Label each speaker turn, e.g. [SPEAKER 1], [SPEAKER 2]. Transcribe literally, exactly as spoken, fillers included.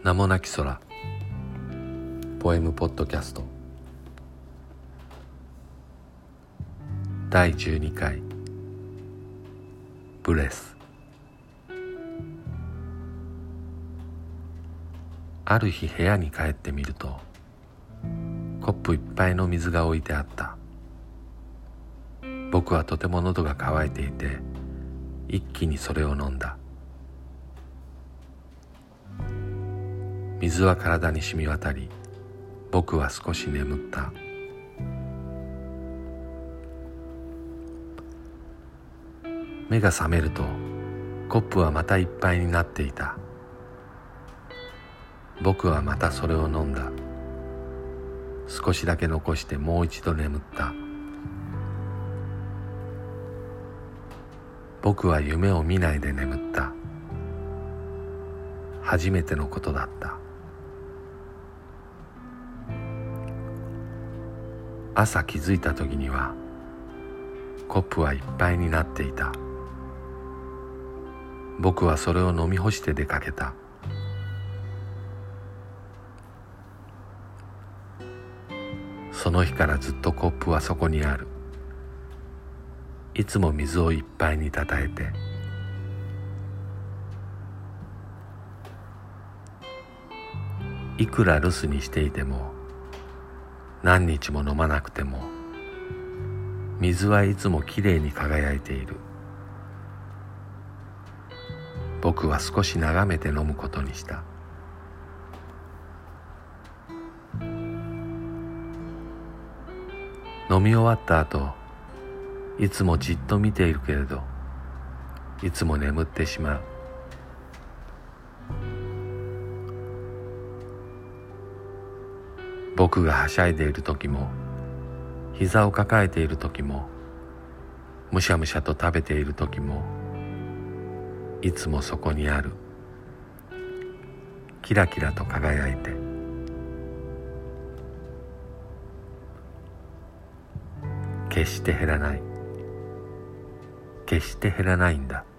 [SPEAKER 1] 名もなき空ポエムポッドキャストだいじゅうにかいブレス。ある日部屋に帰ってみるとコップいっぱいの水が置いてあった。僕はとても喉が渇いていて一気にそれを飲んだ。水は体に染み渡り僕は少し眠った。目が覚めるとコップはまたいっぱいになっていた。僕はまたそれを飲んだ。少しだけ残してもう一度眠った。僕は夢を見ないで眠った。初めてのことだった。朝気づいた時にはコップはいっぱいになっていた。僕はそれを飲み干して出かけた。その日からずっとコップはそこにある。いつも水をいっぱいにたたえて。いくら留守にしていても何日も飲まなくても水はいつもきれいに輝いている。僕は少し眺めて飲むことにした。飲み終わった後、いつもじっと見ているけれどいつも眠ってしまう。僕がはしゃいでいる時も膝を抱えている時もむしゃむしゃと食べている時もいつもそこにある。キラキラと輝いて。決して減らない。決して減らないんだ。